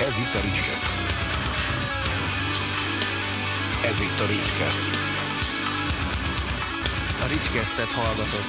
Ez itt a Ricskeszt. Ez itt a Ricskeszt. A Ricskesztet hallgatott.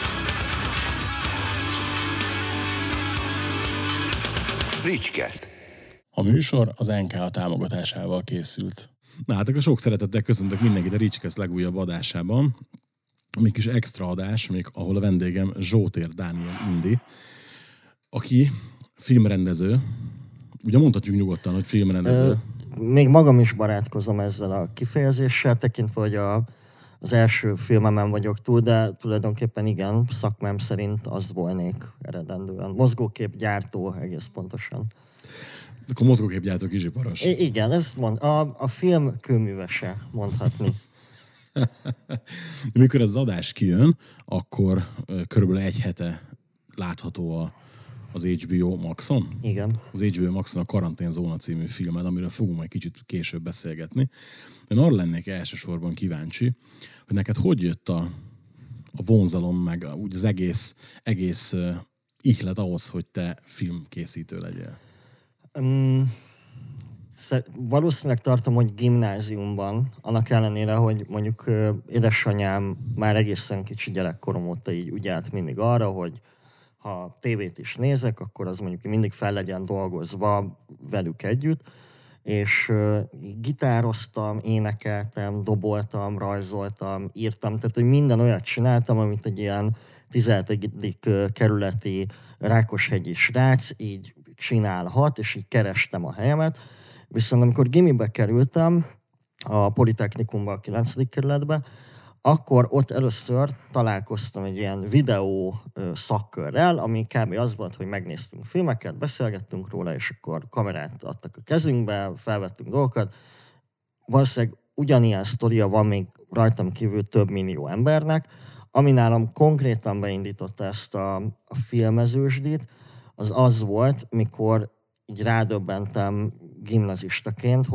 Ricskeszt. A műsor az NK támogatásával készült. Na hát akkor sok szeretettel köszöntök mindenkit a Ricskeszt legújabb adásában. Még kis extra adás, még ahol a vendégem Zsótér Dániel Indi, aki filmrendező. Ugye mondhatjuk nyugodtan, hogy filmrendező. Még magam is barátkozom ezzel a kifejezéssel, tekintve, hogy az első filmemen vagyok túl, de tulajdonképpen igen, szakmám szerint az volnék eredendően. Mozgóképgyártó egész pontosan. Akkor mozgóképgyártó kizsiparos. Igen, ezt a film kőművese, mondhatni. Mikor ez az adás kijön, akkor körülbelül egy hete látható az HBO Maxon. Igen. Az HBO Maxon a Karanténzóna című filmed, amiről fogunk majd kicsit később beszélgetni. Én arra lennék elsősorban kíváncsi, hogy neked hogy jött a vonzalom, meg úgy az egész ihlet ahhoz, hogy te filmkészítő legyél. Valószínűleg tartom, hogy gimnáziumban, annak ellenére, hogy mondjuk édesanyám már egészen kicsi gyerekkorom óta így úgy állt mindig arra, hogy ha tévét is nézek, akkor az mondjuk mindig fel legyen dolgozva velük együtt, és gitároztam, énekeltem, doboltam, rajzoltam, írtam, tehát hogy minden olyat csináltam, amit egy ilyen 17. kerületi Rákoshegyi srác így csinálhat, és így kerestem a helyemet. Viszont amikor gimibe kerültem, a Politechnikumba, a 9. kerületbe, akkor ott először találkoztam egy ilyen videó szakkörrel, ami kb. Az volt, hogy megnéztünk filmeket, beszélgettünk róla, és akkor kamerát adtak a kezünkbe, felvettünk dolgokat. Valószínűleg ugyanilyen sztoria van még rajtam kívül több millió embernek, ami nálam konkrétan beindította ezt a filmezősdit, az volt, mikor így rádöbbentem gimnazistaként,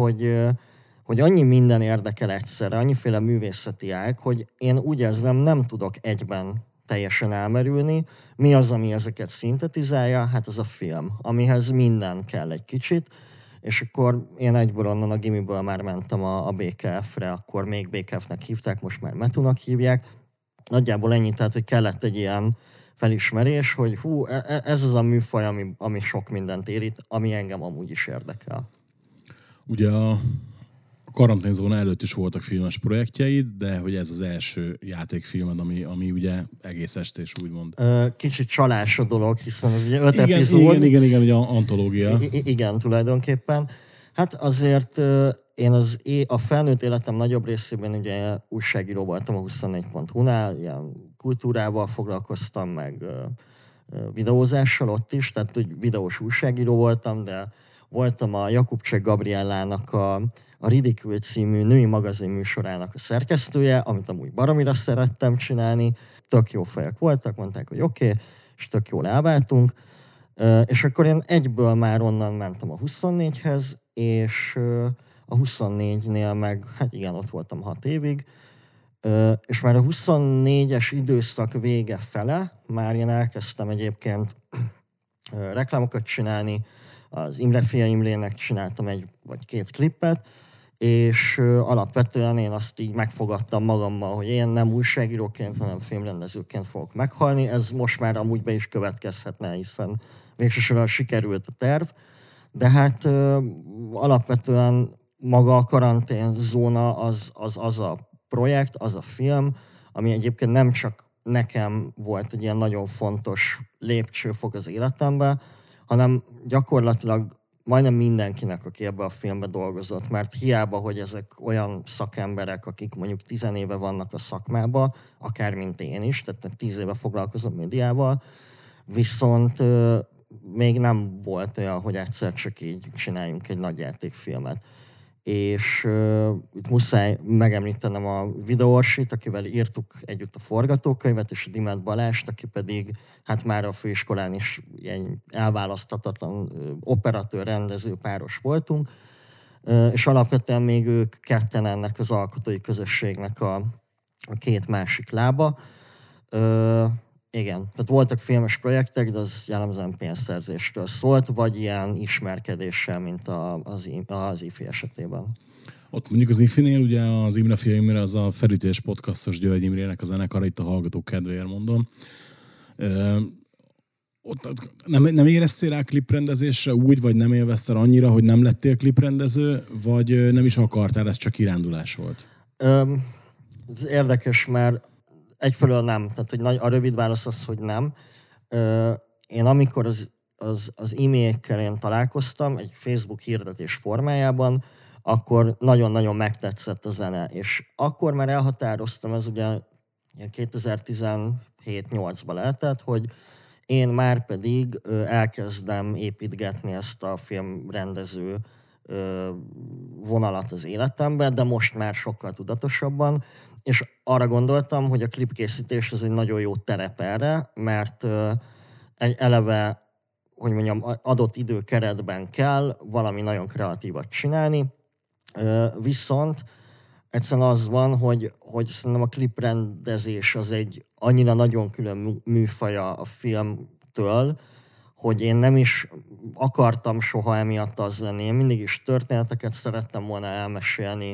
hogy annyi minden érdekel egyszerre, annyiféle művészeti ág, hogy én úgy érzem, nem tudok egyben teljesen elmerülni. Mi az, ami ezeket szintetizálja? Hát az a film, amihez minden kell egy kicsit, és akkor én egyből onnan a gimiből már mentem a BKF-re, akkor még BKF-nek hívták, most már Metunak hívják. Nagyjából ennyi, tehát hogy kellett egy ilyen felismerés, hogy ez az a műfaj, ami sok mindent érít, ami engem amúgy is érdekel. Ugye a Karanténzóna előtt is voltak filmes projektjeid, de hogy ez az első játékfilmed, ami ugye egész estés úgymond. Kicsit csalás a dolog, hiszen az ugye 5 epizód. Igen, ugye antológia. Igen, tulajdonképpen. Hát azért én a felnőtt életem nagyobb részében ugye újságíró voltam a 24.hu-nál, ilyen kultúrával foglalkoztam, meg videózással ott is, tehát hogy videós újságíró voltam, de voltam a Jakubcsek Gabriellának a Ridicule című női magazin műsorának a szerkesztője, amit amúgy baromira szerettem csinálni. Tök jó fejek voltak, mondták, hogy oké, és tök jól elváltunk. És akkor én egyből már onnan mentem a 24-hez, és a 24-nél meg, hát igen, ott voltam 6 évig, és már a 24-es időszak vége fele, már én elkezdtem egyébként reklámokat csinálni, az Imre Fia Imrének csináltam 1 vagy 2 klippet, és alapvetően én azt így megfogadtam magammal, hogy én nem újságíróként, hanem filmrendezőként fogok meghalni. Ez most már amúgy be is következhetne, hiszen végsősorban sikerült a terv. De hát alapvetően maga a Karanténzóna az a projekt, az a film, ami egyébként nem csak nekem volt egy ilyen nagyon fontos lépcsőfok az életemben, hanem gyakorlatilag majdnem mindenkinek, aki ebbe a filmbe dolgozott, mert hiába, hogy ezek olyan szakemberek, akik mondjuk 10 éve vannak a szakmában, akár mint én is, tehát 10 éve foglalkozom médiával, viszont még nem volt olyan, hogy egyszer csak így csináljunk egy nagy játékfilmet. És itt muszáj megemlítenem a Videórsit, akivel írtuk együtt a forgatókönyvet, és a Dimet Balást, aki pedig hát már a főiskolán is ilyen elválaszthatatlan operatőr, rendező páros voltunk, és alapvetően még ők ketten ennek az alkotói közösségnek a 2 másik lába. Igen, tehát voltak filmes projektek, de az jellemzően pénzszerzésről szólt, vagy ilyen ismerkedéssel, mint az IFI esetében. Ott mondjuk az IFI-nél ugye az Imre Fia Imre, az a felütés podcastos György Imrének a zenekara, itt a hallgatók kedvéért mondom. Ott nem éreztél rá kliprendezésre úgy, vagy nem élveztél annyira, hogy nem lettél kliprendező, vagy nem is akartál, ez csak kirándulás volt? Ez érdekes, mert egyfelől nem. Tehát hogy a rövid válasz az, hogy nem. Én amikor az e-mailekkel én találkoztam, egy Facebook hirdetés formájában, akkor nagyon-nagyon megtetszett a zene. És akkor már elhatároztam, ez ugye 2017-8-ban lehetett, hogy én már pedig elkezdem építgetni ezt a filmrendező vonalat az életemben, de most már sokkal tudatosabban, és arra gondoltam, hogy a klipkészítés az egy nagyon jó terep erre, mert egy eleve, hogy mondjam, adott időkeretben kell valami nagyon kreatívat csinálni, viszont egyszerűen az van, hogy szerintem a kliprendezés az egy annyira nagyon külön műfaja a filmtől, hogy én nem is akartam soha emiatt az lenni. Én mindig is történeteket szerettem volna elmesélni.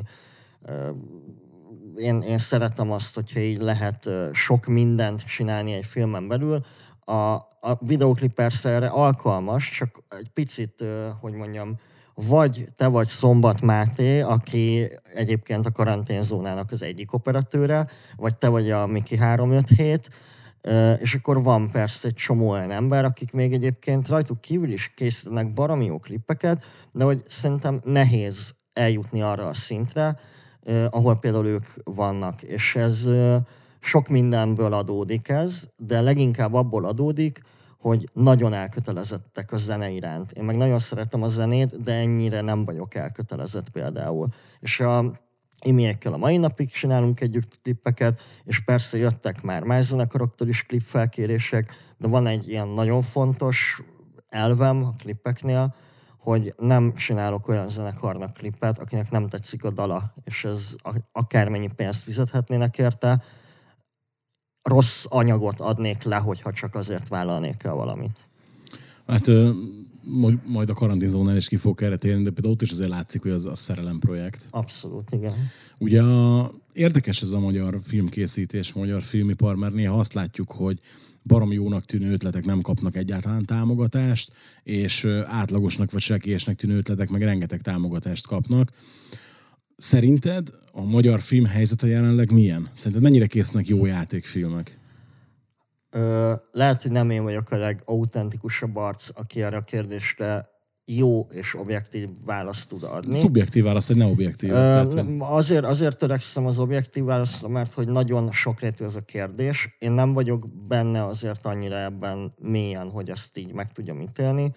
Én szeretem azt, hogyha így lehet sok mindent csinálni egy filmen belül. A videóklip persze erre alkalmas, csak egy picit, hogy mondjam, vagy te vagy Szombat Máté, aki egyébként a karanténzónának az egyik operatőre, vagy te vagy a Miki 357, és akkor van persze egy csomó olyan ember, akik még egyébként rajtuk kívül is készítenek baromi jó klippeket, de hogy szerintem nehéz eljutni arra a szintre, ahol például ők vannak. És ez sok mindenből adódik ez, de leginkább abból adódik, hogy nagyon elkötelezettek a zene iránt. Én meg nagyon szeretem a zenét, de ennyire nem vagyok elkötelezett például. És e-mailekkel a mai napig csinálunk együtt klippeket, és persze jöttek már más zenekaroktól is klipfelkérések, de van egy ilyen nagyon fontos elvem a klippeknél, hogy nem csinálok olyan zenekarnak klippet, akinek nem tetszik a dala, és ez akármennyi pénzt fizethetnének érte, rossz anyagot adnék le, hogyha csak azért vállalnék el valamit. Hát majd a karanténzónál is ki fog erre térni, de például ott is azért látszik, hogy az a szerelem projekt. Abszolút, igen. Ugye érdekes ez a magyar filmkészítés, magyar filmipar, mert néha azt látjuk, hogy baromi jónak tűnő ötletek nem kapnak egyáltalán támogatást, és átlagosnak vagy sekélyesnek tűnő ötletek meg rengeteg támogatást kapnak. Szerinted a magyar film helyzete jelenleg milyen? Szerinted mennyire késznek jó játékfilmek? Lehet, hogy nem én vagyok a legautentikusabb arc, aki erre a kérdésre jó és objektív választ tud adni. Szubjektív választ, egy ne objektív. Azért törekszem az objektív válaszra, mert hogy nagyon sokrétű ez a kérdés. Én nem vagyok benne azért annyira ebben mélyen, hogy ezt így meg tudjam ítélni.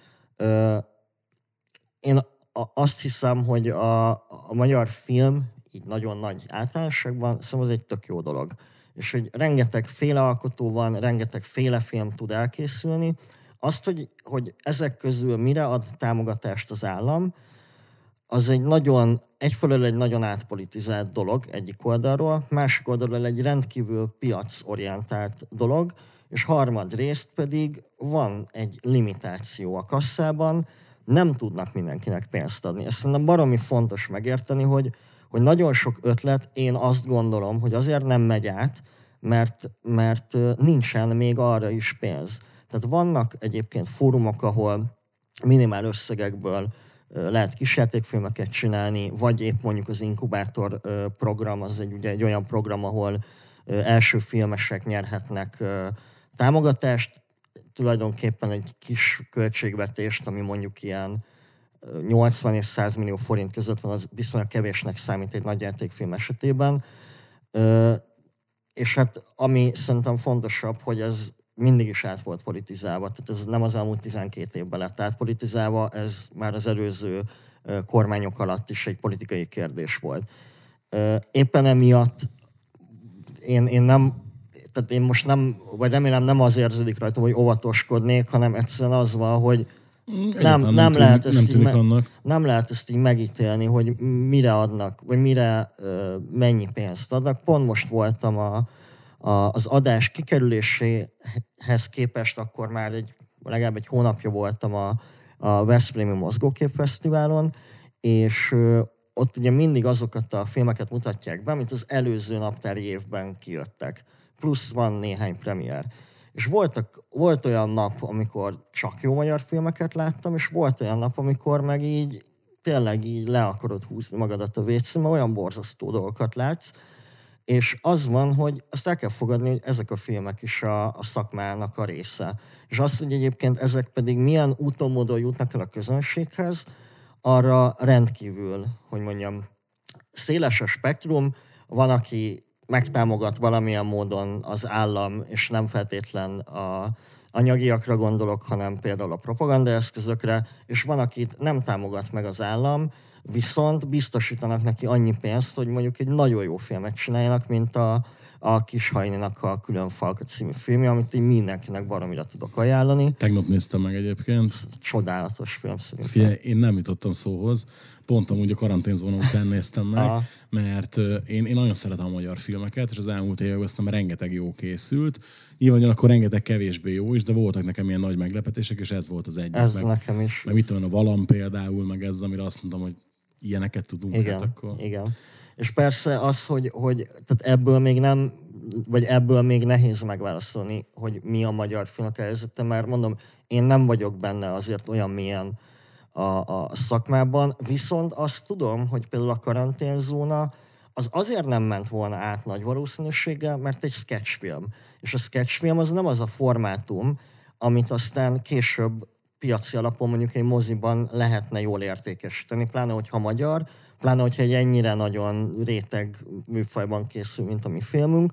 Én azt hiszem, hogy a magyar film, így nagyon nagy általánosságban, szerintem az egy tök jó dolog. És hogy rengeteg féle alkotó van, rengeteg féle film tud elkészülni. Azt, hogy ezek közül mire ad támogatást az állam, az egyfelől egy nagyon átpolitizált dolog egyik oldalról, másik oldalról egy rendkívül piacorientált dolog, és harmadrészt pedig van egy limitáció a kasszában, nem tudnak mindenkinek pénzt adni. Ezt szerintem baromi fontos megérteni, hogy nagyon sok ötlet, én azt gondolom, hogy azért nem megy át, mert nincsen még arra is pénz. Tehát vannak egyébként fórumok, ahol minimál összegekből lehet kisjátékfilmeket csinálni, vagy épp mondjuk az Inkubátor program, az egy olyan program, ahol első filmesek nyerhetnek támogatást, tulajdonképpen egy kis költségvetést, ami mondjuk ilyen 80 és 100 millió forint között van, az viszonylag kevésnek számít egy nagy játékfilm esetében. És hát ami szerintem fontosabb, hogy ez mindig is át volt politizálva. Tehát ez nem az elmúlt 12 évben lett átpolitizálva, ez már az előző kormányok alatt is egy politikai kérdés volt. Éppen emiatt én most nem, vagy remélem nem az érződik rajta, hogy óvatoskodnék, hanem egyszerűen az van, hogy nem lehet ezt így megítélni, hogy mire adnak, vagy mire mennyi pénzt adnak. Pont most voltam az adás kikerüléséhez képest akkor már legalább egy hónapja voltam a Veszprémi Mozgóképfesztiválon, és ott ugye mindig azokat a filmeket mutatják be, mint az előző naptári évben kijöttek. Plusz van néhány premier. És volt olyan nap, amikor csak jó magyar filmeket láttam, és volt olyan nap, amikor meg így tényleg így le akarod húzni magadat a WC-n, mert olyan borzasztó dolgokat látsz. És az van, hogy azt el kell fogadni, hogy ezek a filmek is a szakmának a része. És az, hogy egyébként ezek pedig milyen úton, módon jutnak el a közönséghez, arra rendkívül, hogy mondjam, széles a spektrum. Van, aki megtámogat valamilyen módon az állam, és nem feltétlen a anyagiakra gondolok, hanem például a propagandaeszközökre, és van, akit nem támogat meg az állam, viszont biztosítanak neki annyi pénzt, hogy mondjuk egy nagyon jó filmet csináljanak, mint a Kis Hajninak a Külön Falka című filmje, amit én mindenkinek baromira tudok ajánlani. Tegnap néztem meg egyébként. Csodálatos film szerintem. Figyelj, én nem jutottam szóhoz. Pont amúgy a karanténzóna után néztem meg, mert én nagyon szeretem a magyar filmeket, és az elmúlt években aztán rengeteg jó készült. Nyilván akkor rengeteg kevésbé jó is, de voltak nekem ilyen nagy meglepetések, és ez volt az egyik. Ez nekem is. Meg mit tudom, a Valam például, meg ez, amire azt mondtam, hogy ilyeneket tudunk. Igen, hát akkor... igen. És persze az, hogy tehát ebből még nehéz megválaszolni, hogy mi a magyar filmek helyzete, mert mondom, én nem vagyok benne azért olyan mélyen a szakmában, viszont azt tudom, hogy például a Karanténzóna az azért nem ment volna át nagy valószínűséggel, mert egy sketchfilm. És a sketchfilm az nem az a formátum, amit aztán később piaci alapon mondjuk egy moziban lehetne jól értékesíteni, pláne hogyha magyar, pláne hogyha egy ennyire nagyon réteg műfajban készül, mint a mi filmünk.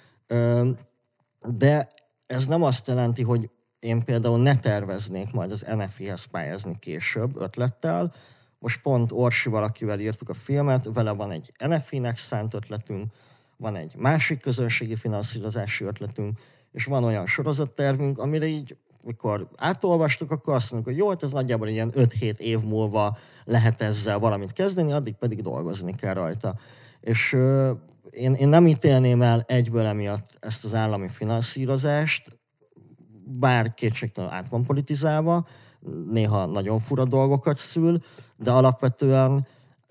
De ez nem azt jelenti, hogy én például ne terveznék majd az NFI-hez pályázni később ötlettel. Most pont Orsi valakivel írtuk a filmet, vele van egy NFI-nek szánt ötletünk, van egy másik közönségi finanszírozási ötletünk, és van olyan sorozattervünk, amire így, mikor átolvastuk, akkor azt mondjuk, hogy jó, ez nagyjából ilyen 5-7 év múlva lehet ezzel valamit kezdeni, addig pedig dolgozni kell rajta. És én nem ítélném el egyből emiatt ezt az állami finanszírozást, bár kétségtelenül át van politizálva, néha nagyon fura dolgokat szül, de alapvetően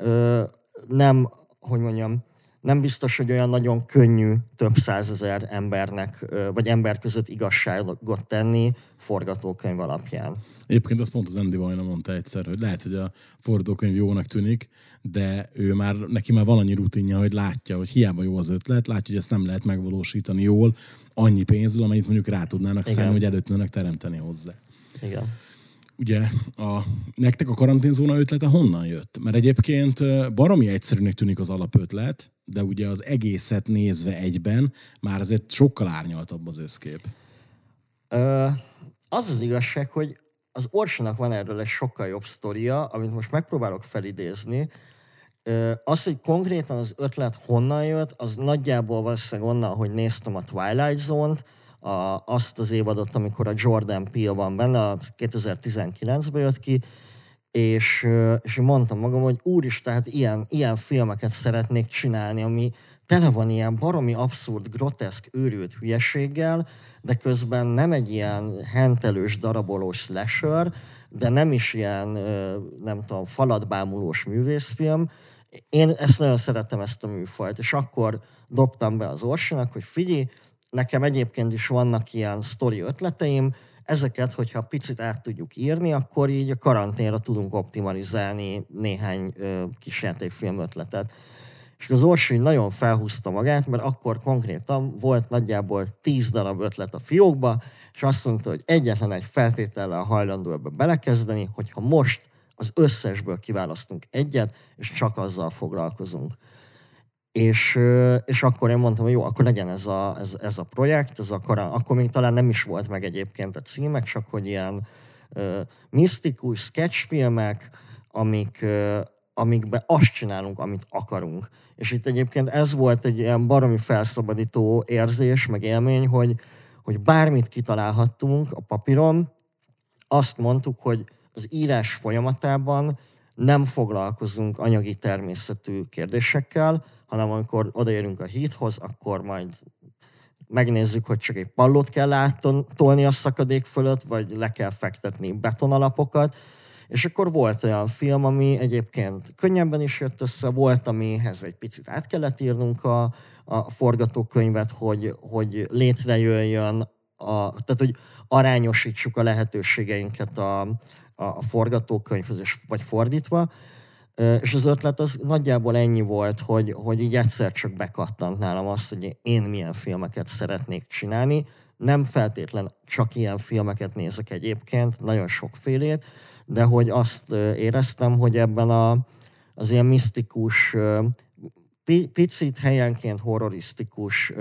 nem biztos, hogy olyan nagyon könnyű több százezer embernek, vagy ember között igazságot tenni forgatókönyv alapján. Egyébként azt pont az Andy Vajna mondta egyszer, hogy lehet, hogy a forgatókönyv jónak tűnik, de neki már van annyi rutinja, hogy látja, hogy hiába jó az ötlet, látja, hogy ezt nem lehet megvalósítani jól annyi pénzből, amennyit mondjuk rá tudnának szállni, hogy előtt tudnának teremteni hozzá. Igen. Ugye nektek a karanténzóna ötlete honnan jött? Mert egyébként baromi egyszerűnek tűnik az alapötlet, de ugye az egészet nézve egyben már azért sokkal árnyaltabb az összkép. Az igazság, hogy az Orsinak van erről egy sokkal jobb sztoria, amit most megpróbálok felidézni. Az, hogy konkrétan az ötlet honnan jött, az nagyjából valószínűleg onnan, hogy néztem a Twilight Zone-t, azt az évadot, amikor a Jordan Peele van benne, 2019-ben jött ki, és mondtam magam, hogy úristen, hát ilyen filmeket szeretnék csinálni, ami tele van ilyen baromi abszurd, groteszk, őrült hülyeséggel, de közben nem egy ilyen hentelős, darabolós slasher, de nem is ilyen, nem tudom, falatbámulós művészfilm. Én ezt nagyon szeretem, ezt a műfajt, és akkor dobtam be az Orsinak, hogy figyelj, nekem egyébként is vannak ilyen sztori ötleteim, ezeket, hogyha picit át tudjuk írni, akkor így a karanténra tudunk optimalizálni néhány kis játékfilm ötletet. És az Orsi nagyon felhúzta magát, mert akkor konkrétan volt nagyjából 10 darab ötlet a fiókba, és azt mondta, hogy egyetlen egy feltétellel hajlandó ebbe belekezdeni, hogyha most az összesből kiválasztunk egyet, és csak azzal foglalkozunk. És akkor én mondtam, hogy jó, akkor legyen ez a projekt, akkor még talán nem is volt meg egyébként a címek, csak hogy ilyen misztikus sketchfilmek, amikben azt csinálunk, amit akarunk. És itt egyébként ez volt egy ilyen baromi felszabadító érzés, meg élmény, hogy bármit kitalálhattunk a papíron, azt mondtuk, hogy az írás folyamatában nem foglalkozunk anyagi természetű kérdésekkel, hanem amikor odaérünk a híthoz, akkor majd megnézzük, hogy csak egy pallót kell áttolni a szakadék fölött, vagy le kell fektetni betonalapokat. És akkor volt olyan film, ami egyébként könnyebben is jött össze, volt, amihez egy picit át kellett írnunk a forgatókönyvet, hogy létrejöjjön, tehát hogy arányosítsuk a lehetőségeinket a forgatókönyvhöz, vagy fordítva. És az ötlet az nagyjából ennyi volt, hogy így egyszer csak bekattant nálam azt, hogy én milyen filmeket szeretnék csinálni. Nem feltétlen csak ilyen filmeket nézek egyébként, nagyon sokfélét, de hogy azt éreztem, hogy ebben az ilyen misztikus, picit helyenként horrorisztikus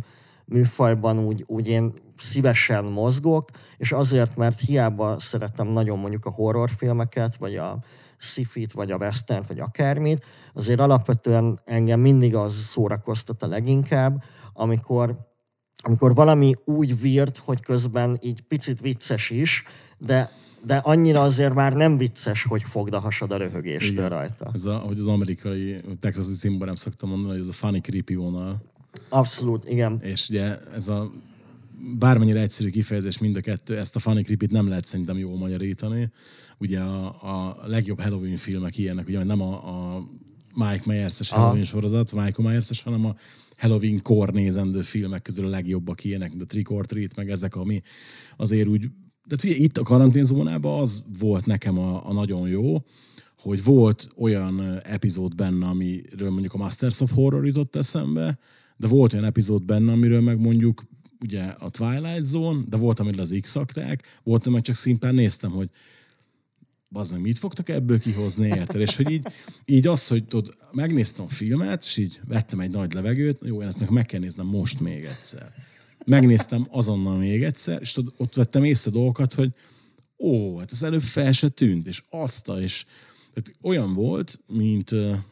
műfajban úgy én szívesen mozgok, és azért, mert hiába szeretem nagyon mondjuk a horrorfilmeket, vagy a sci-fit, vagy a westernt, vagy akármit, azért alapvetően engem mindig az szórakoztat a leginkább, amikor valami úgy weird, hogy közben így picit vicces is, de annyira azért már nem vicces, hogy fogd a hasad a röhögéstől rajta. Ez ahogy az amerikai texasi címben nem szoktam mondani, hogy ez a funny creepy vonal. Abszolút, igen. És ugye ez a bármennyire egyszerű kifejezés mind a kettő, ezt a funny creepyt nem lehet szerintem jól magyarítani. Ugye a legjobb Halloween filmek ilyenek, ugye nem a Mike Myers-es Halloween sorozat, Michael Myers-es, hanem a Halloween-kor nézendő filmek közül a legjobbak ilyenek, mint a Trick or Treat, meg ezek, ami azért úgy... De ugye itt a karanténzónában az volt nekem a nagyon jó, hogy volt olyan epizód benne, amiről mondjuk a Masters of Horror jutott eszembe, de volt olyan epizód benne, amiről meg mondjuk ugye a Twilight Zone, de volt, amiről az X-akták, volt, meg csak szimplán néztem, hogy bazdmeg, mit fogtak ebből kihozni, érted? És hogy így az, hogy tudod, megnéztem a filmet, és így vettem egy nagy levegőt, jó, én ezt meg kell néznem most még egyszer. Megnéztem azonnal még egyszer, és tudod, ott vettem észre dolgokat, hogy hát ez előbb fel se tűnt, és és tehát olyan volt, mint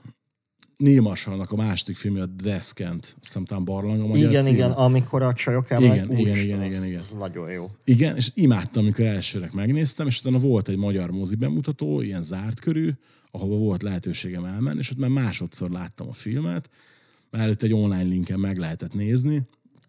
Neil Marshallnak a második filmje, a Descent, azt hiszem talán Barlang a magyar címe. Igen, amikor a csajok elmennek. Igen. Ez nagyon jó. Igen, és imádtam, amikor elsőnek megnéztem, és utána volt egy magyar mozi bemutató, ilyen zárt körű, ahova volt lehetőségem elmenni, és ott már másodszor láttam a filmet, már előtt egy online linken meg lehetett nézni,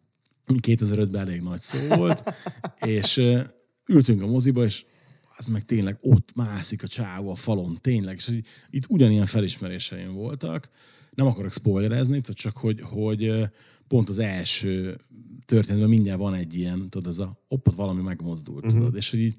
2005-ben elég nagy szó volt, és ültünk a moziba, és az meg tényleg ott mászik a csávó a falon, tényleg, és itt ugyanilyen felismeréseim voltak. Nem akarok spoilerezni, csak hogy pont az első történetben mindjárt van egy ilyen, tudod, ez ott valami megmozdult, tudod, és hogy így,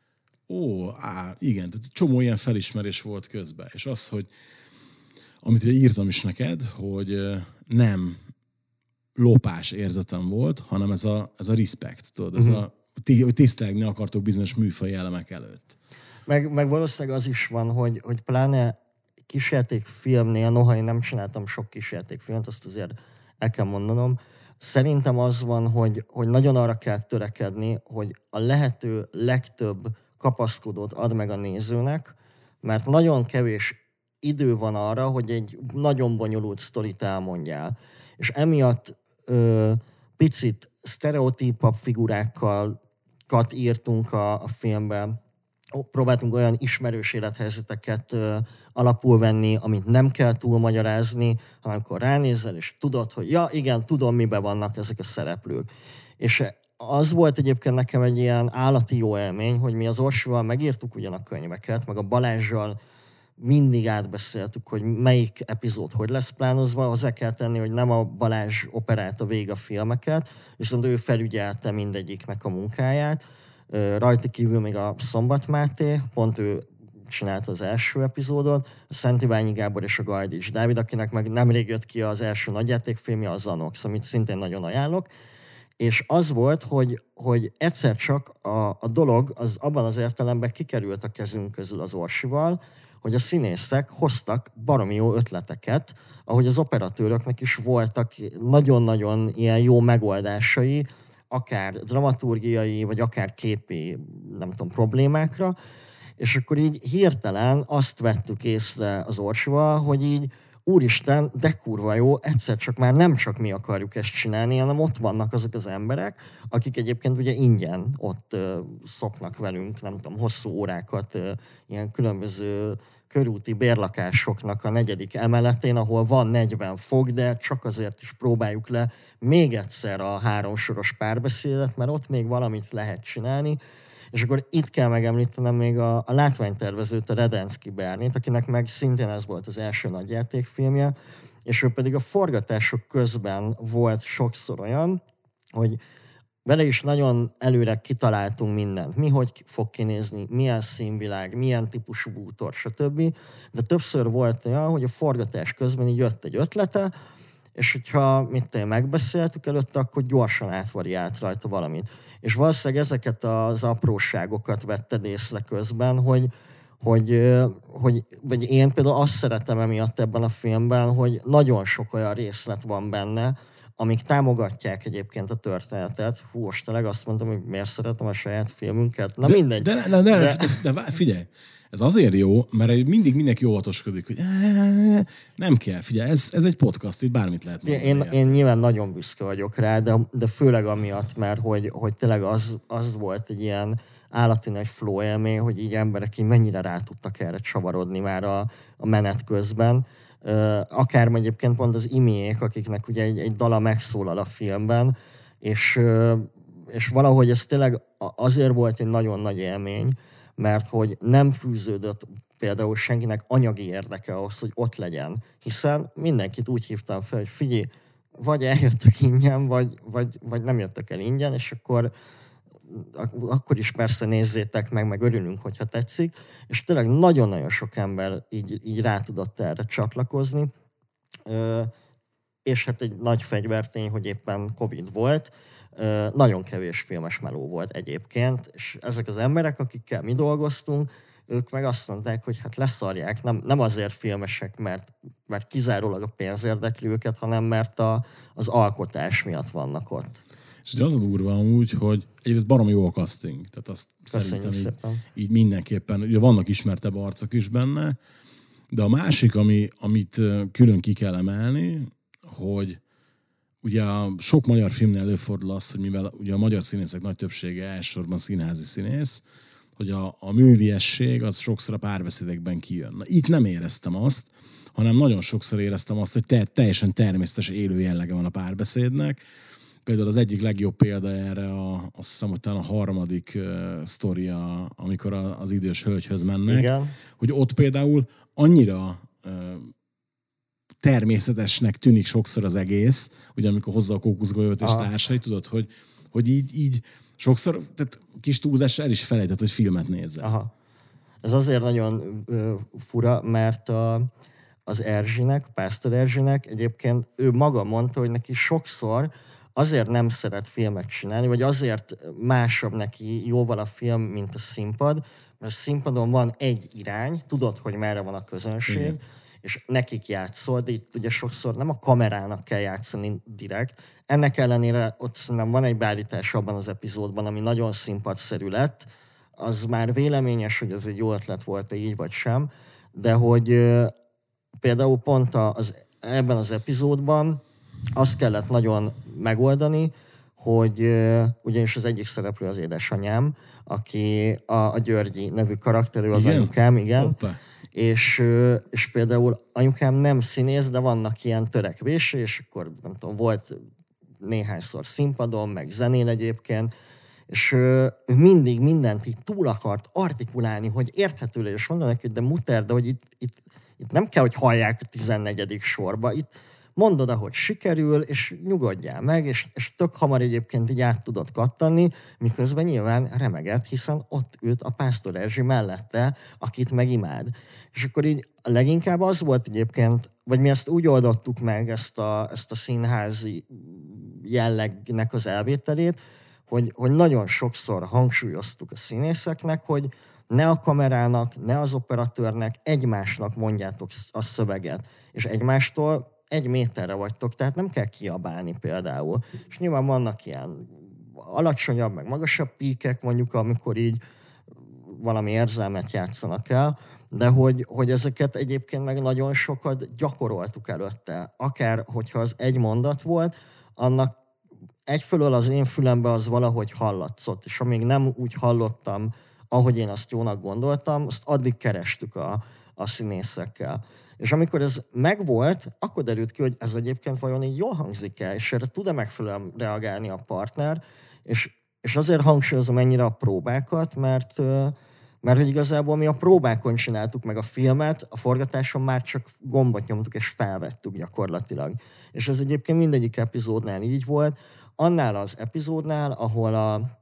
igen, tehát csomó ilyen felismerés volt közben, és az, hogy amit írtam is neked, hogy nem lopás érzetem volt, hanem ez a respect, tudod, ez hogy tisztelni akartok bizonyos műfaji elemek előtt. Meg valószínűleg az is van, hogy pláne kísértékfilmnél, noha én nem csináltam sok kísértékfilmet, azt azért el kell mondanom, szerintem az van, hogy nagyon arra kell törekedni, hogy a lehető legtöbb kapaszkodót ad meg a nézőnek, mert nagyon kevés idő van arra, hogy egy nagyon bonyolult sztorit elmondjál. És emiatt picit sztereotípabb figurákat írtunk a filmben. Próbáltunk olyan ismerős élethelyzeteket alapul venni, amit nem kell túlmagyarázni, hanem akkor ránézel, és tudod, hogy ja, igen, tudom, miben vannak ezek a szereplők. És az volt egyébként nekem egy ilyen állati jó élmény, hogy mi az Orsival megírtuk ugyan a könyveket, meg a Balázssal mindig átbeszéltük, hogy melyik epizód hogy lesz plánozva. Hozzá kell tenni, hogy nem a Balázs operálta végig a filmeket, viszont ő felügyelte mindegyiknek a munkáját. Rajta kívül még a Szombat Máté, pont ő csinálta az első epizódot, a Szent Iványi Gábor és a Gajdics Dávid, akinek meg nemrég jött ki az első nagyjátékfilmje, a Zanox, amit szintén nagyon ajánlok. És az volt, hogy egyszer csak a dolog az abban az értelemben kikerült a kezünk közül az Orsival, hogy a színészek hoztak baromi jó ötleteket, ahogy az operatőröknek is voltak nagyon-nagyon ilyen jó megoldásai, akár dramaturgiai, vagy akár képi, nem tudom, problémákra, és akkor így hirtelen azt vettük észre az Orsival, hogy így úristen, de kurva jó, egyszer csak már nem csak mi akarjuk ezt csinálni, hanem ott vannak azok az emberek, akik egyébként ugye ingyen ott szoknak velünk, nem tudom, hosszú órákat ilyen különböző körúti bérlakásoknak a 4. emeletén, ahol van 40 fok, de csak azért is próbáljuk le még egyszer a 3 soros párbeszédet, mert ott még valamit lehet csinálni. És akkor itt kell megemlítenem még a látványtervezőt, a Redensky Bernit, akinek meg szintén ez volt az első nagyjátékfilmje, és ő pedig a forgatások közben volt sokszor olyan, hogy vele is nagyon előre kitaláltunk mindent. Mi hogy fog kinézni, milyen színvilág, milyen típusú bútor, stb. De többször volt olyan, hogy a forgatás közben így jött egy ötlete, és hogyha megbeszéltük előtte, akkor gyorsan átvariált rajta valamit. És valószínűleg ezeket az apróságokat vetted észre közben, vagy én például azt szeretem emiatt ebben a filmben, hogy nagyon sok olyan részlet van benne, amik támogatják egyébként a történetet. Hú, most tényleg azt mondtam, hogy miért szeretem a saját filmünket. Na mindegy. De figyelj, ez azért jó, mert mindig mindenki óvatoskodik, hogy nem kell. Figyelj, ez egy podcast, itt bármit lehet mondani. Én nyilván nagyon büszke vagyok rá, de főleg amiatt, mert hogy tényleg az volt egy ilyen állati nagy flow élmény, hogy így emberek így mennyire rá tudtak erre csavarodni már a menet közben. Akár egyébként pont az Imiék, akiknek ugye egy dala megszólal a filmben, és valahogy ez tényleg azért volt egy nagyon nagy élmény, mert hogy nem fűződött például senkinek anyagi érdeke ahhoz, hogy ott legyen, hiszen mindenkit úgy hívtam fel, hogy figyelj, vagy eljöttök ingyen, vagy nem jöttek el ingyen, és akkor is persze nézzétek meg örülünk, hogyha tetszik, és tényleg nagyon-nagyon sok ember így rá tudott erre csatlakozni, és hát egy nagy fegyvertény, hogy éppen Covid volt, nagyon kevés filmes meló volt egyébként, és ezek az emberek, akikkel mi dolgoztunk, ők meg azt mondták, hogy hát leszarják, nem azért filmesek, mert kizárólag a pénz érdekli őket, hanem mert az alkotás miatt vannak ott. És az a durva amúgy, hogy egyrészt baromi jó a casting. Tehát azt köszönjük szerintem így mindenképpen, ugye vannak ismertebb arcok is benne, de a másik, amit külön ki kell emelni, hogy ugye a sok magyar filmnél előfordul az, hogy mivel ugye a magyar színészek nagy többsége elsősorban színházi színész, hogy a műviesség az sokszor a párbeszédekben kijön. Na, itt nem éreztem azt, hanem nagyon sokszor éreztem azt, hogy teljesen természetes élő jellege van a párbeszédnek. Például az egyik legjobb példa erre azt hiszem, hogy talán a harmadik sztoria, amikor az idős hölgyhöz mennek, igen. Hogy ott például annyira természetesnek tűnik sokszor az egész, ugye amikor hozza a kókuszgolyót és társai, tudod, hogy így sokszor, tehát kis túlzás el is felejtett, hogy filmet nézzel. Aha. Ez azért nagyon fura, mert az Erzsinek, Pásztor Erzsinek egyébként ő maga mondta, hogy neki sokszor azért nem szeret filmet csinálni, vagy azért másabb neki jóval a film, mint a színpad, mert a színpadon van egy irány, tudod, hogy merre van a közönség, igen. És nekik játszol, de itt ugye sokszor nem a kamerának kell játszani direkt. Ennek ellenére ott szerintem van egy beállítás abban az epizódban, ami nagyon színpadszerű lett. Az már véleményes, hogy ez egy jó ötlet volt-e így vagy sem, de hogy például pont ebben az epizódban azt kellett nagyon megoldani, hogy ugyanis az egyik szereplő az édesanyám, aki a Györgyi nevű karakterű, az igen? Anyukám, igen. Hoppa. És például anyukám nem színész, de vannak ilyen törekvései, és akkor nem tudom, volt néhányszor színpadon, meg zenél egyébként, és ő mindig mindent így túl akart artikulálni, hogy érthető legyen, és mondta neki, hogy de muter, de hogy itt nem kell, hogy hallják a 14. sorba, itt mondod, ahogy sikerül, és nyugodjál meg, és tök hamar egyébként így át tudod kattani, miközben nyilván remegett, hiszen ott ült a Pásztor Erzsi mellette, akit megimád. És akkor így leginkább az volt egyébként, vagy mi ezt úgy oldottuk meg, ezt a színházi jellegnek az elvételét, hogy nagyon sokszor hangsúlyoztuk a színészeknek, hogy ne a kamerának, ne az operatőrnek, egymásnak mondjátok a szöveget, és egymástól 1 méterre vagytok, tehát nem kell kiabálni például. És nyilván vannak ilyen alacsonyabb, meg magasabb píkek, mondjuk, amikor így valami érzelmet játszanak el, de hogy ezeket egyébként meg nagyon sokat gyakoroltuk előtte. Akár, hogyha az egy mondat volt, annak egyfelől az én fülembe az valahogy hallatszott, és amíg nem úgy hallottam, ahogy én azt jónak gondoltam, azt addig kerestük a színészekkel. És amikor ez megvolt, akkor derült ki, hogy ez egyébként vajon így jól hangzik el, és erre tud-e megfelelően reagálni a partner, és azért hangsúlyozom ennyire a próbákat, mert hogy igazából mi a próbákon csináltuk meg a filmet, a forgatáson már csak gombot nyomtuk és felvettük gyakorlatilag. És ez egyébként mindegyik epizódnál így volt. Annál az epizódnál, ahol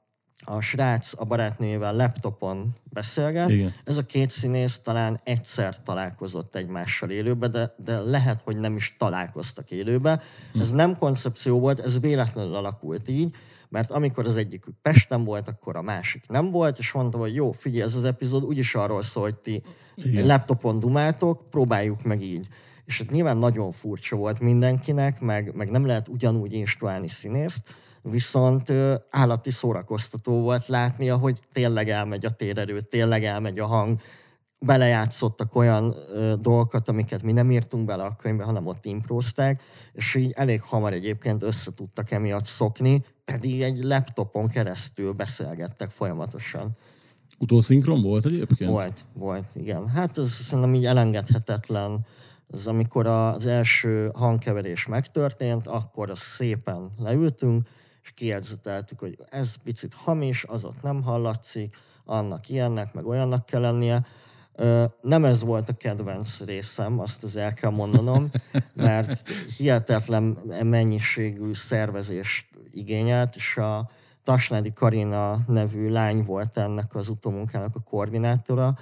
a srác a barátnőjével laptopon beszélget, igen. Ez a két színész talán egyszer találkozott egymással élőben, de lehet, hogy nem is találkoztak élőben. Ez nem koncepció volt, ez véletlenül alakult így, mert amikor az egyikük Pesten volt, akkor a másik nem volt, és mondtam, hogy jó, figyelj, ez az epizód úgyis arról szól, hogy ti laptopon dumáltok, próbáljuk meg így. És hát nyilván nagyon furcsa volt mindenkinek, meg nem lehet ugyanúgy instruálni színészt, viszont állati szórakoztató volt látni, ahogy tényleg elmegy a térerő, tényleg elmegy a hang, belejátszottak olyan dolgokat, amiket mi nem írtunk bele a könyvbe, hanem ott imprózták, és így elég hamar egyébként összetudtak emiatt szokni, pedig egy laptopon keresztül beszélgettek folyamatosan. Utószinkron volt egyébként? Volt, igen. Hát ez szerintem így elengedhetetlen. Ez amikor az első hangkeverés megtörtént, akkor szépen leültünk, és kijegyzeteltük, hogy ez picit hamis, az ott nem hallatszik, annak ilyennek, meg olyannak kell lennie. Nem ez volt a kedvenc részem, azt az el kell mondanom, mert hihetetlen mennyiségű szervezést igényelt, és a Tasnádi Karina nevű lány volt ennek az utómunkának a koordinátora,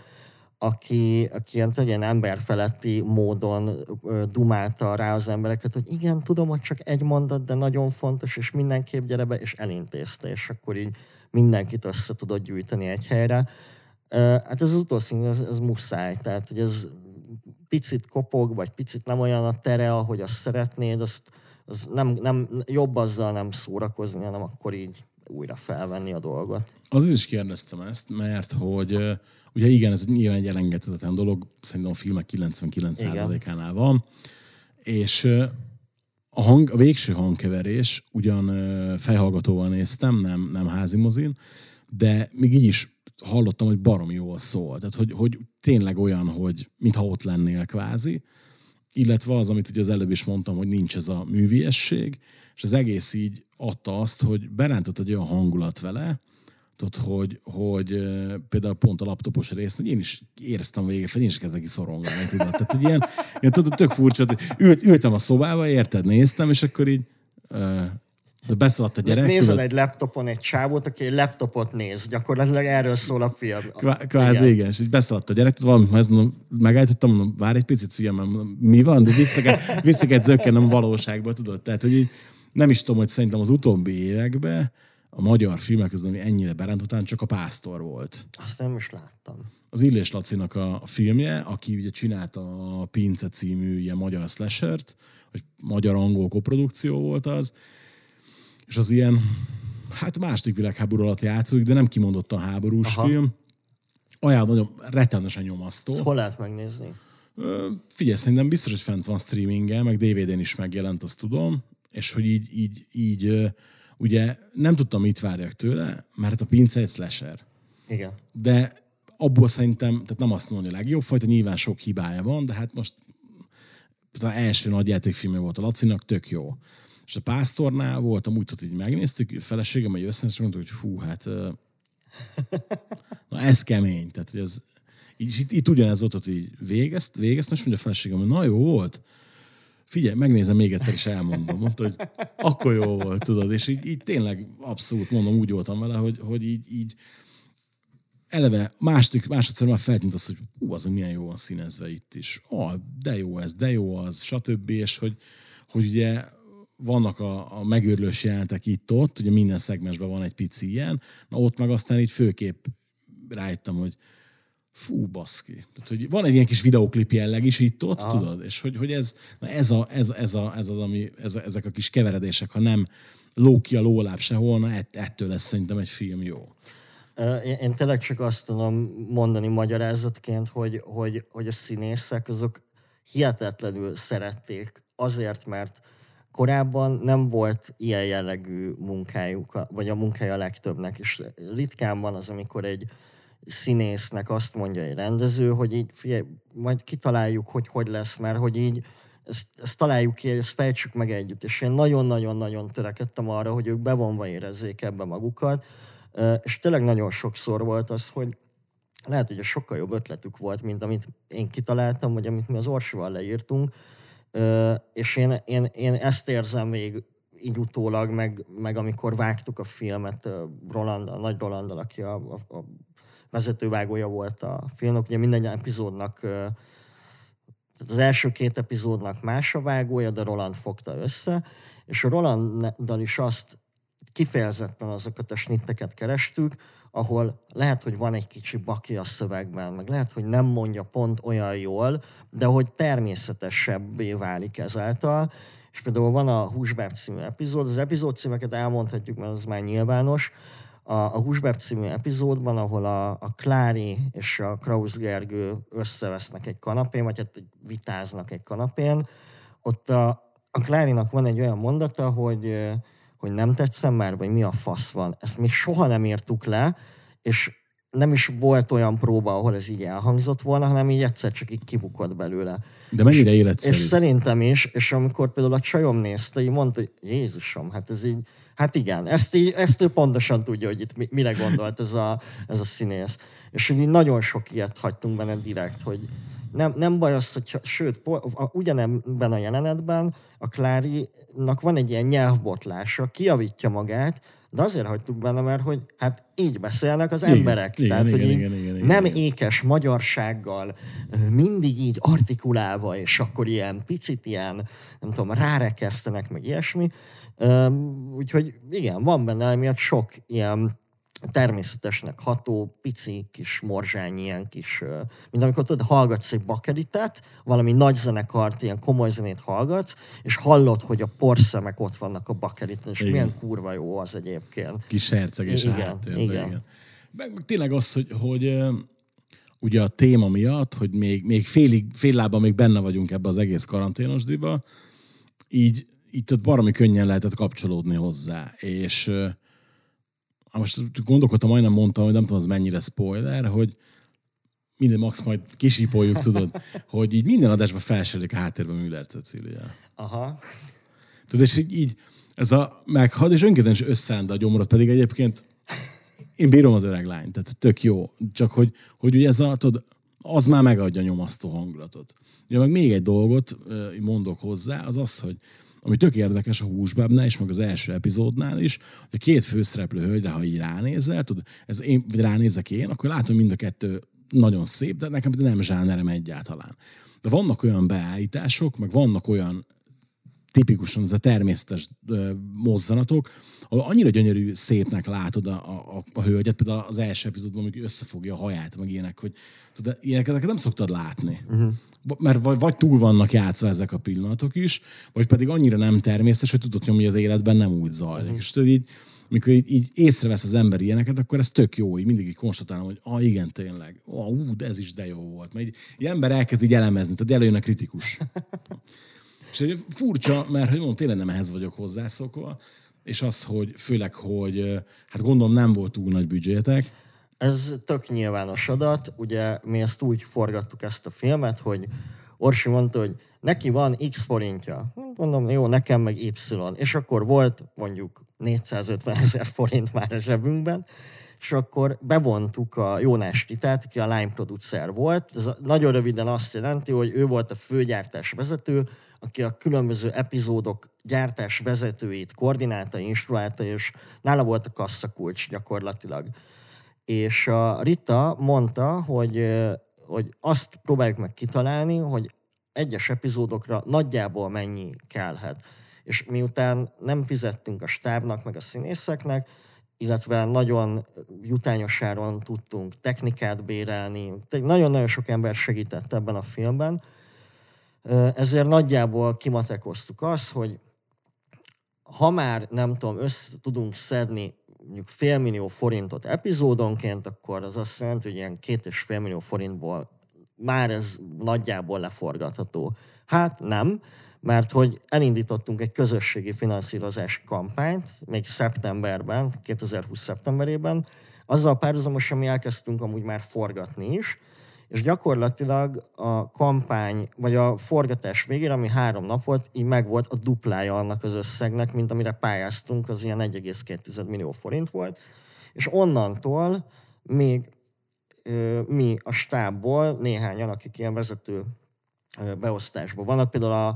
aki ilyen emberfeletti módon dumálta rá az embereket, hogy igen, tudom, hogy csak egy mondat, de nagyon fontos, és mindenképp gyere be, és elintézte, és akkor így mindenkit össze tudott gyűjteni egy helyre. Hát ez az utolsó, ez muszáj, tehát hogy ez picit kopog, vagy picit nem olyan a tere, ahogy azt szeretnéd, az nem jobb azzal nem szórakozni, hanem akkor így újra felvenni a dolgot. Azért is kérdeztem ezt, mert hogy ugye igen, ez nyilván egy elengedhetetlen dolog, szerintem a filmek 99%-ánál van, és a végső hangkeverés ugyan fejhallgatóval néztem, nem házimozin, de még így is hallottam, hogy baromi jól szól. Tehát, hogy tényleg olyan, hogy mintha ott lennél kvázi, illetve az, amit ugye az előbb is mondtam, hogy nincs ez a műviesség, és az egész így adta azt, hogy berántott egy olyan hangulat vele, hogy például pont a laptopos részt, hogy én is éreztem végig, én is kezdek ki szorongani, tudod. Tehát, hogy ilyen tudod, tök furcsa, hogy ültem a szobába, érted, néztem, és akkor így beszaladt a gyerek. Nézel tudod? Egy laptopon egy csávót, aki egy laptopot néz. Gyakorlatilag erről szól a film. Kvázi igen, és így beszaladt a gyerek, valamit megállítottam, mondom, várj egy picit, figyelj, mi van? De vissza kell zökkennem a valóságba, tudod. Tehát, hogy így nem is tudom, hogy szerintem az utóbbi években a magyar filmek közül, ami ennyire beránt után, csak a Pásztor volt. Azt nem is láttam. Az Illés Lacinak a filmje, aki ugye csinálta a Pince című ilyen magyar slashert, vagy magyar-angol koprodukció volt az, és az ilyen, hát második világháború alatt játszódik, de nem kimondottan háborús film. Olyan nagyon rettenetesen nyomasztó. Hol lehet megnézni? Figyelj, szerintem biztos, hogy fent van streamingen, meg DVD-n is megjelent, azt tudom, és hogy így ugye nem tudtam, mit várjak tőle, mert a Pince egy slasher. Igen. De abból szerintem, tehát nem azt mondom, hogy a legjobb fajta, nyilván sok hibája van, de hát most az első nagy játékfilmje volt a Lacinak, tök jó. És a Pásztornál voltam úgy, hogy így megnéztük, a feleségem egy össze, és mondtuk, hogy fú, hát na ez kemény. Tehát, hogy ez, itt ugyanez volt, hogy így végeztem, és mondja a feleségem, hogy na jó volt. Figyelj, megnézem még egyszer, és elmondom. Mondta, hogy akkor jó volt, tudod. És így tényleg abszolút mondom, úgy voltam vele, hogy így eleve másodszor már feltűnt az, hogy az milyen jó van színezve itt is. De jó ez, de jó az, stb. És hogy ugye vannak a megőrlős jelentek itt-ott, ugye minden szegmensben van egy pici ilyen, na ott meg aztán így főképp rájöttem, hogy fú, baszki. Tehát, hogy van egy ilyen kis videóklip jelleg is itt-ott, tudod? És hogy ezek a kis keveredések, ha nem ló ki a lóláb sehol, na ettől lesz szerintem egy film jó. Én tényleg csak azt tudom mondani magyarázatként, hogy a színészek azok hihetetlenül szerették azért, mert korábban nem volt ilyen jellegű munkájuk, vagy a munkája a legtöbbnek, és ritkán van az, amikor egy színésznek azt mondja egy rendező, hogy így figyelj, majd kitaláljuk, hogy lesz, mert hogy így ezt találjuk ki, ezt fejtsük meg együtt. És én nagyon-nagyon-nagyon törekedtem arra, hogy ők bevonva érezzék ebbe magukat, és tényleg nagyon sokszor volt az, hogy lehet, hogy sokkal jobb ötletük volt, mint amit én kitaláltam, vagy amit mi az Orsival leírtunk, és én ezt érzem még így utólag, meg amikor vágtuk a filmet a Nagy Rolanddal, aki a vezetővágója volt a filmnek, ugye minden epizódnak, tehát az első 2 epizódnak más a vágója, de Roland fogta össze, és a Rolanddal is azt kifejezetten azokat a snitteket kerestük, ahol lehet, hogy van egy kicsi baki a szövegben, meg lehet, hogy nem mondja pont olyan jól, de hogy természetesebbé válik ezáltal. És például van a Húsbáb című epizód, az epizód címeket elmondhatjuk, mert az már nyilvános. A Húsbáb című epizódban, ahol a Klári és a Krausz Gergő összevesznek egy kanapén, vagy hát vitáznak egy kanapén, ott a Klárinak van egy olyan mondata, hogy nem tetszem már, vagy mi a fasz van. Ezt még soha nem írtuk le, és nem is volt olyan próba, ahol ez így elhangzott volna, hanem így egyszer csak így kibukott belőle. De mennyire életszerű. És szerintem is, és amikor például a csajom nézte, így mondta, hogy Jézusom, hát ez így, hát igen, ezt ő pontosan tudja, hogy itt mire gondolt ez a színész. És így nagyon sok ilyet hagytunk benne direkt, hogy nem baj az, hogy sőt, ugyanebben a jelenetben a Klárinak van egy ilyen nyelvbotlása, kijavítja magát, de azért hagytuk benne, mert hogy hát így beszélnek az emberek. Tehát, hogy igen, nem ékes magyarsággal, mindig így artikulálva, és akkor ilyen picit ilyen, nem tudom, rárekesztenek, meg ilyesmi. Úgyhogy igen, van benne emiatt sok ilyen természetesnek ható, pici kis morzsány, ilyen kis, mint amikor tudod, hallgatsz egy bakeritet, valami nagy zenekart, ilyen komoly zenét hallgatsz, és hallod, hogy a porszemek ott vannak a bakeriten, és igen. Milyen kurva jó az egyébként. Kis herceges háttérben. Igen. Meg tényleg az, hogy ugye a téma miatt, hogy még fél lábban még benne vagyunk ebbe az egész karanténosdiba, így ott baromi könnyen lehetett kapcsolódni hozzá, és most gondolkodtam, majdnem mondtam, hogy nem tudom, az mennyire spoiler, hogy minden max majd kisípoljuk, tudod, hogy így minden adásban felsejlik a háttérben Müller Cecília. Aha. Tudod, és így ez a meghad, és önkéntes összeállta a gyomrot, pedig egyébként én bírom az öreg lányt, tehát tök jó. Csak hogy ugye ez tudod, az már megadja a nyomasztó hangulatot. Ugye meg még egy dolgot mondok hozzá, az az, hogy ami tök érdekes a Húsbábnál is, meg az első epizódnál is, hogy a 2 főszereplő hölgyre, ha így ránézel, tudod, vagy ránézek én, akkor látom, mind a 2 nagyon szép, de nekem nem zsánerem egyáltalán. De vannak olyan beállítások, meg vannak olyan tipikusan ez a természetes mozzanatok, ahol annyira gyönyörű szépnek látod a hölgyet, például az első epizódban, amikor összefogja a haját, meg ilyenek, hogy tudod, ilyeneket nem szoktad látni. Uh-huh. Mert vagy túl vannak játszva ezek a pillanatok is, vagy pedig annyira nem természetes, hogy tudod, hogy az életben nem úgy zajlik. Uh-huh. És tudod, így, amikor így észrevesz az ember ilyeneket, akkor ez tök jó, így mindig így konstatálom, hogy igen, tényleg, de ez is de jó volt. Mert így ember elkezd így elemezni, tehát előjön a kritikus. És egy furcsa, mert hogy mondom, tényleg nem ehhez vagyok hozzászokva, és az, hogy főleg, hogy hát gondolom nem volt túl nagy büdzsétek. Ez tök nyilvános adat, ugye mi ezt úgy forgattuk ezt a filmet, hogy Orsi mondta, hogy neki van X forintja. Mondom, jó, nekem meg Y. És akkor volt mondjuk 450 000 forint már a zsebünkben, és akkor bevontuk a Jónás Ritát, aki a line producer volt. Ez nagyon röviden azt jelenti, hogy ő volt a főgyártás vezető, aki a különböző epizódok gyártás vezetőit koordinálta, instruálta, és nála volt a kasszakulcs gyakorlatilag. És a Rita mondta, hogy azt próbáljuk meg kitalálni, hogy egyes epizódokra nagyjából mennyi kellhet. És miután nem fizettünk a stábnak, meg a színészeknek, illetve nagyon jutányos áron tudtunk technikát bérelni, nagyon-nagyon sok ember segített ebben a filmben, ezért nagyjából kimatekoztuk azt, hogy ha már nem tudom, tudunk szedni mondjuk 500 000 forintot epizódonként, akkor az azt jelenti, hogy ilyen 2,5 millió forintból már ez nagyjából leforgatható. Hát nem, mert hogy elindítottunk egy közösségi finanszírozási kampányt, még szeptemberben, 2020 szeptemberében, azzal párhuzamosan mi elkezdtünk amúgy már forgatni is, és gyakorlatilag a kampány, vagy a forgatás végére, ami 3 nap volt, így megvolt a duplája annak az összegnek, mint amire pályáztunk, az ilyen 1,2 millió forint volt, és onnantól még mi a stábból, néhányan, akik ilyen vezető beosztásban vannak, például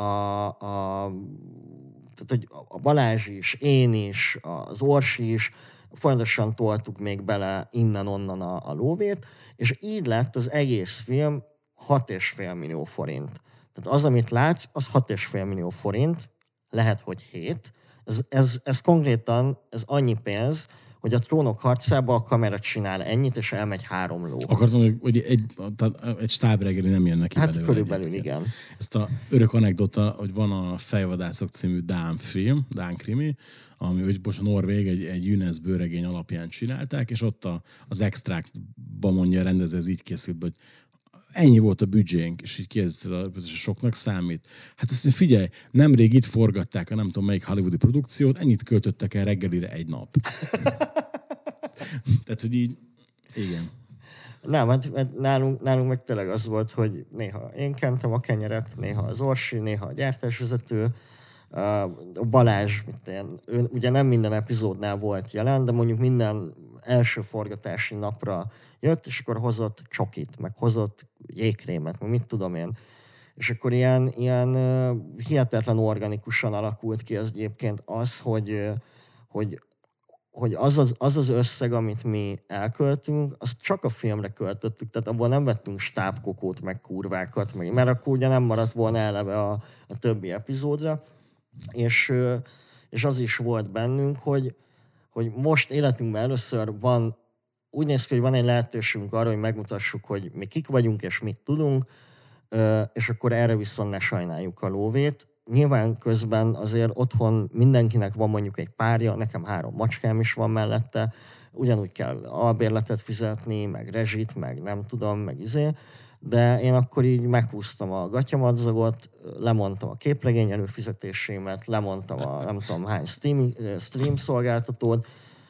tehát, a Balázs is, én is, az Orsi is, folyamatosan toltuk még bele innen-onnan a lóvét, és így lett az egész film 6,5 millió forint. Tehát az, amit látsz, az 6,5 millió forint, lehet, hogy 7. Ez konkrétan, ez annyi pénz, hogy a Trónok harcában a kamera csinál ennyit, és elmegy 3 ló. Akartam, hogy egy stábreggeli nem jön neki hát belőle. Körülbelül igen. Ezt a örök anekdota, hogy van a Fejvadászok című dán film, dán krimi, ami, hogy most a Norvég egy Younes bőregény alapján csinálták, és ott az extrákban mondja a rendező, ez így készült, hogy ennyi volt a büdzsénk, és így kérdezte, soknak számít. Hát azt figyelj, nemrég itt forgatták a nem tudom melyik hollywoodi produkciót, ennyit költöttek el reggelire egy nap. Tehát, hogy így, igen. Nem, hát nálunk meg tényleg az volt, hogy néha én kentem a kenyeret, néha az Orsi, néha a gyártásvezető, a Balázs, ő ugye nem minden epizódnál volt jelen, de mondjuk minden első forgatási napra jött, és akkor hozott csokit, meg hozott jégkrémet, meg mit tudom én. És akkor ilyen hihetetlen organikusan alakult ki az egyébként az, hogy az összeg, amit mi elköltünk, azt csak a filmre költöttük, tehát abból nem vettünk stábkokót, meg kurvákat, mert akkor ugye nem maradt volna eleve a többi epizódra. És az is volt bennünk, hogy most életünkben először úgy néz ki, hogy van egy lehetőségünk arra, hogy megmutassuk, hogy mi kik vagyunk és mit tudunk, és akkor erre viszont ne sajnáljuk a lóvét. Nyilván közben azért otthon mindenkinek van mondjuk egy párja, nekem 3 macskám is van mellette, ugyanúgy kell albérletet fizetni, meg rezsit, meg nem tudom, meg de én akkor így meghúztam a gatyamadzagot, lemondtam a képregény előfizetésémet, lemondtam a nem tudom hány stream szolgáltatót,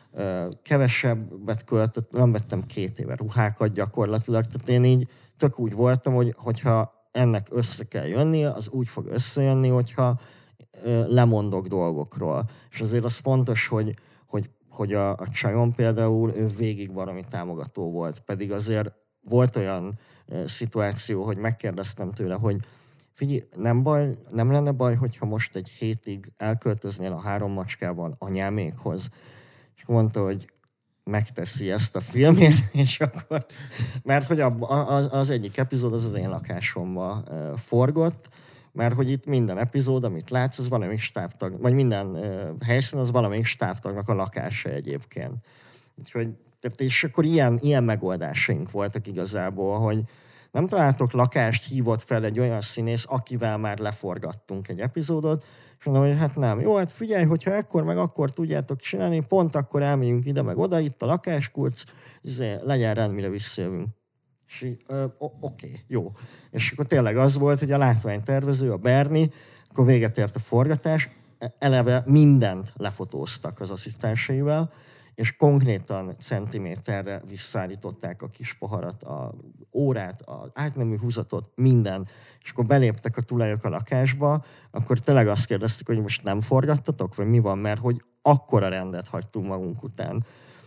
kevesebbet költött, nem vettem 2 éve ruhákat gyakorlatilag, tehát én így tök úgy voltam, hogyha ennek össze kell jönnie, az úgy fog összejönni, hogyha lemondok dolgokról. És azért az fontos, hogy a csajom például, ő végig valami támogató volt, pedig azért volt olyan szituáció, hogy megkérdeztem tőle, hogy figyelj, nem lenne baj, hogyha most egy hétig elköltöznél a 3 macskával anyámékhoz. És mondta, hogy megteszi ezt a filmért, és akkor, mert hogy az egyik epizód az én lakásomba forgott, mert hogy itt minden epizód, amit látsz, az valamelyik stábtag, vagy minden helyszín az valamelyik stábtagnak a lakása egyébként. Úgyhogy, és akkor ilyen megoldásaink voltak igazából, hogy nem találtok lakást, hívott fel egy olyan színész, akivel már leforgattunk egy epizódot, és mondom, hogy hát nem. Jó, hát figyelj, hogyha ekkor meg akkor tudjátok csinálni, pont akkor elmegyünk ide meg oda, itt a lakáskulcs, legyen rend, mire visszajövünk. És így, oké, jó. És akkor tényleg az volt, hogy a látványtervező, a Berni, akkor véget ért a forgatás, eleve mindent lefotóztak az asszisztenseivel, és konkrétan centiméterre visszaállították a kis poharat, a órát, az átnemű húzatot, minden. És akkor beléptek a tulajok a lakásba, akkor tényleg azt kérdeztük, hogy most nem forgattatok, vagy mi van, mert hogy akkora rendet hagytunk magunk után.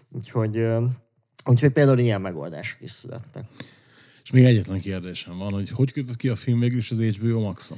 Úgyhogy például ilyen megoldások is születtek. És még egyetlen kérdésem van, hogy kötött ki a film végül is az HBO Maxon?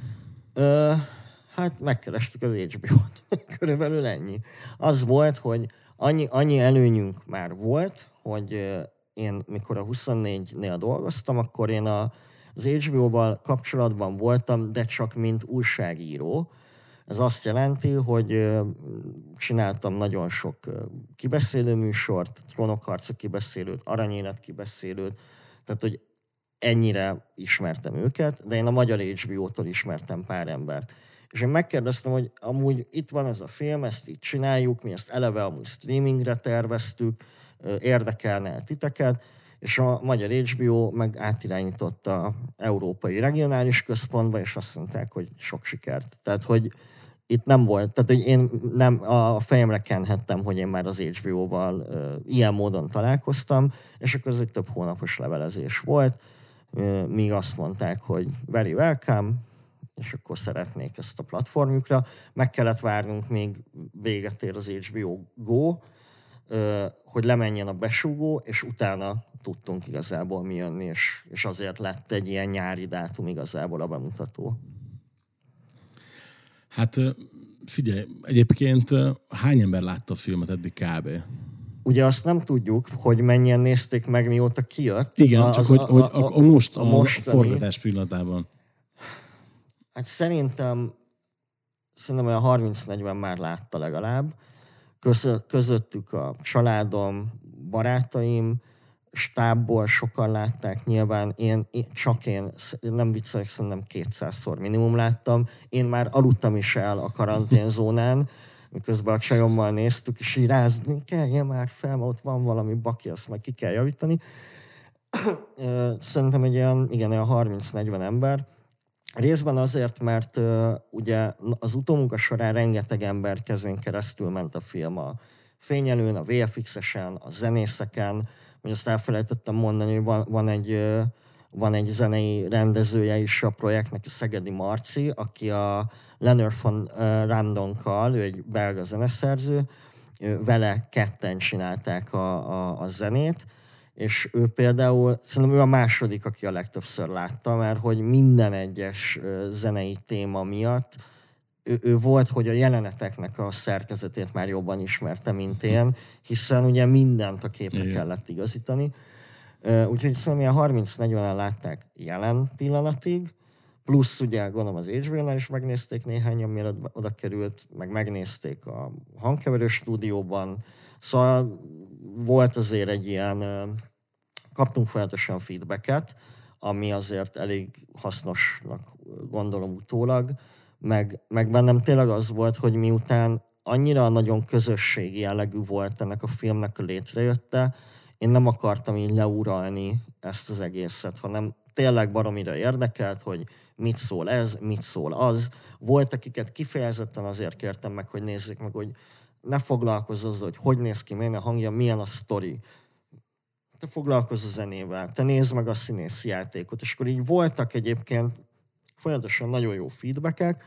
Hát megkerestük az HBO-t. Körülbelül ennyi. Az volt, hogy annyi előnyünk már volt, hogy én mikor a 24-nél dolgoztam, akkor én az HBO-val kapcsolatban voltam, de csak mint újságíró. Ez azt jelenti, hogy csináltam nagyon sok kibeszélő műsort, Trónokharca kibeszélőt, Aranyélet kibeszélőt, tehát hogy ennyire ismertem őket, de én a magyar HBO-tól ismertem pár embert. És én megkérdeztem, hogy amúgy itt van ez a film, ezt így csináljuk, mi ezt eleve amúgy streamingre terveztük, érdekelne titeket, és a magyar HBO meg átirányította a Európai Regionális Központba, és azt mondták, hogy sok sikert. Tehát, hogy itt nem volt, tehát hogy én nem a fejemre kenhettem, hogy én már az HBO-val ilyen módon találkoztam, és akkor ez egy több hónapos levelezés volt, míg azt mondták, hogy very welcome, és akkor szeretnék ezt a platformjukra. Meg kellett várnunk, még véget ér az HBO Go, hogy lemenjen a besúgó, és utána tudtunk igazából mi jönni, és azért lett egy ilyen nyári dátum igazából a bemutató. Hát figyelj, egyébként hány ember látta a filmet eddig kb.? Ugye azt nem tudjuk, hogy mennyien nézték meg, mióta kijött. Igen, csak hogy a forgatás pillanatában. Hát szerintem olyan 30-40 már látta legalább. Közöttük a családom, barátaim, stábból sokan látták nyilván. Én nem viccelek, szerintem 200-szor minimum láttam. Én már aludtam is el a karanténzónán, miközben a csajommal néztük, és így rázni kell, már fel, mert ott van valami baki, azt meg ki kell javítani. Szerintem egy olyan 30-40 ember. Részben azért, mert ugye az utómunka során rengeteg ember kezén keresztül ment a film a fényelőn, a VFX-esen, a zenészeken, hogy azt elfelejtettem mondani, hogy van egy zenei rendezője is a projektnek, a Szegedi Marci, aki a Leonard von Ramdonkkal, ő egy belga zeneszerző, vele ketten csinálták a zenét, és ő például, szerintem ő a második, aki a legtöbbször látta, mert hogy minden egyes zenei téma miatt ő volt, hogy a jeleneteknek a szerkezetét már jobban ismerte, mint én, hiszen ugye mindent a képre kellett igazítani. Úgyhogy szerintem ilyen 30-40-en látták jelen pillanatig, plusz ugye gondolom az HBO-nál is megnézték néhányan, mielőtt oda került, meg megnézték a hangkeverő stúdióban. Szóval volt azért egy ilyen, kaptunk folyamatosan feedbacket, ami azért elég hasznosnak gondolom utólag, meg bennem tényleg az volt, hogy miután annyira nagyon közösségi jellegű volt ennek a filmnek a létrejötte, én nem akartam így leuralni ezt az egészet, hanem tényleg baromira érdekelt, hogy mit szól ez, mit szól az. Volt, akiket kifejezetten azért kértem meg, hogy nézzék meg, hogy ne foglalkozz azzal, hogy néz ki, milyen a hangja, milyen a sztori. Te foglalkozz a zenével, te nézd meg a színészi játékot. És akkor így voltak egyébként folyamatosan nagyon jó feedbackek.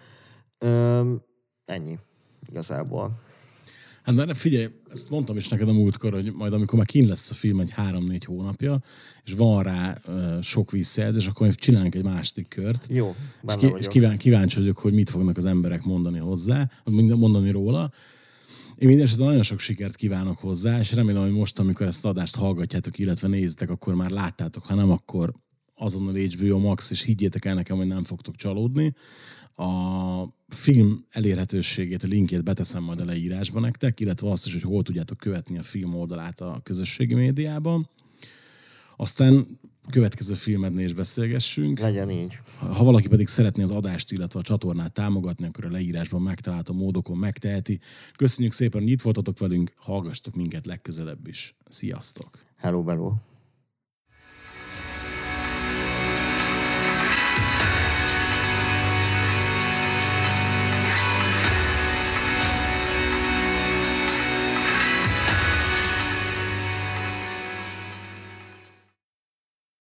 Ennyi igazából. Hát de figyelj, ezt mondtam is neked a múltkor, hogy majd amikor már kín lesz a film egy 3-4 hónapja, és van rá sok visszajelzés, akkor majd csinálunk egy második kört. Jó, és kíváncsi vagyok, hogy mit fognak az emberek mondani hozzá, mondani róla. Én mindenesetre nagyon sok sikert kívánok hozzá, és remélem, hogy most, amikor ezt az adást hallgatjátok, illetve nézitek, akkor már láttátok, ha nem, akkor azonnal HBO Max, és higgyétek el nekem, hogy nem fogtok csalódni. A film elérhetőségét, a linkjét beteszem majd a leírásba nektek, illetve azt is, hogy hol tudjátok követni a film oldalát a közösségi médiában. Aztán következő filmednél is beszélgessünk. Legyen így. Ha valaki pedig szeretné az adást, illetve a csatornát támogatni, akkor a leírásban megtalálható módokon megteheti. Köszönjük szépen, hogy itt voltatok velünk, hallgassatok minket legközelebb is. Sziasztok! Hello, hello!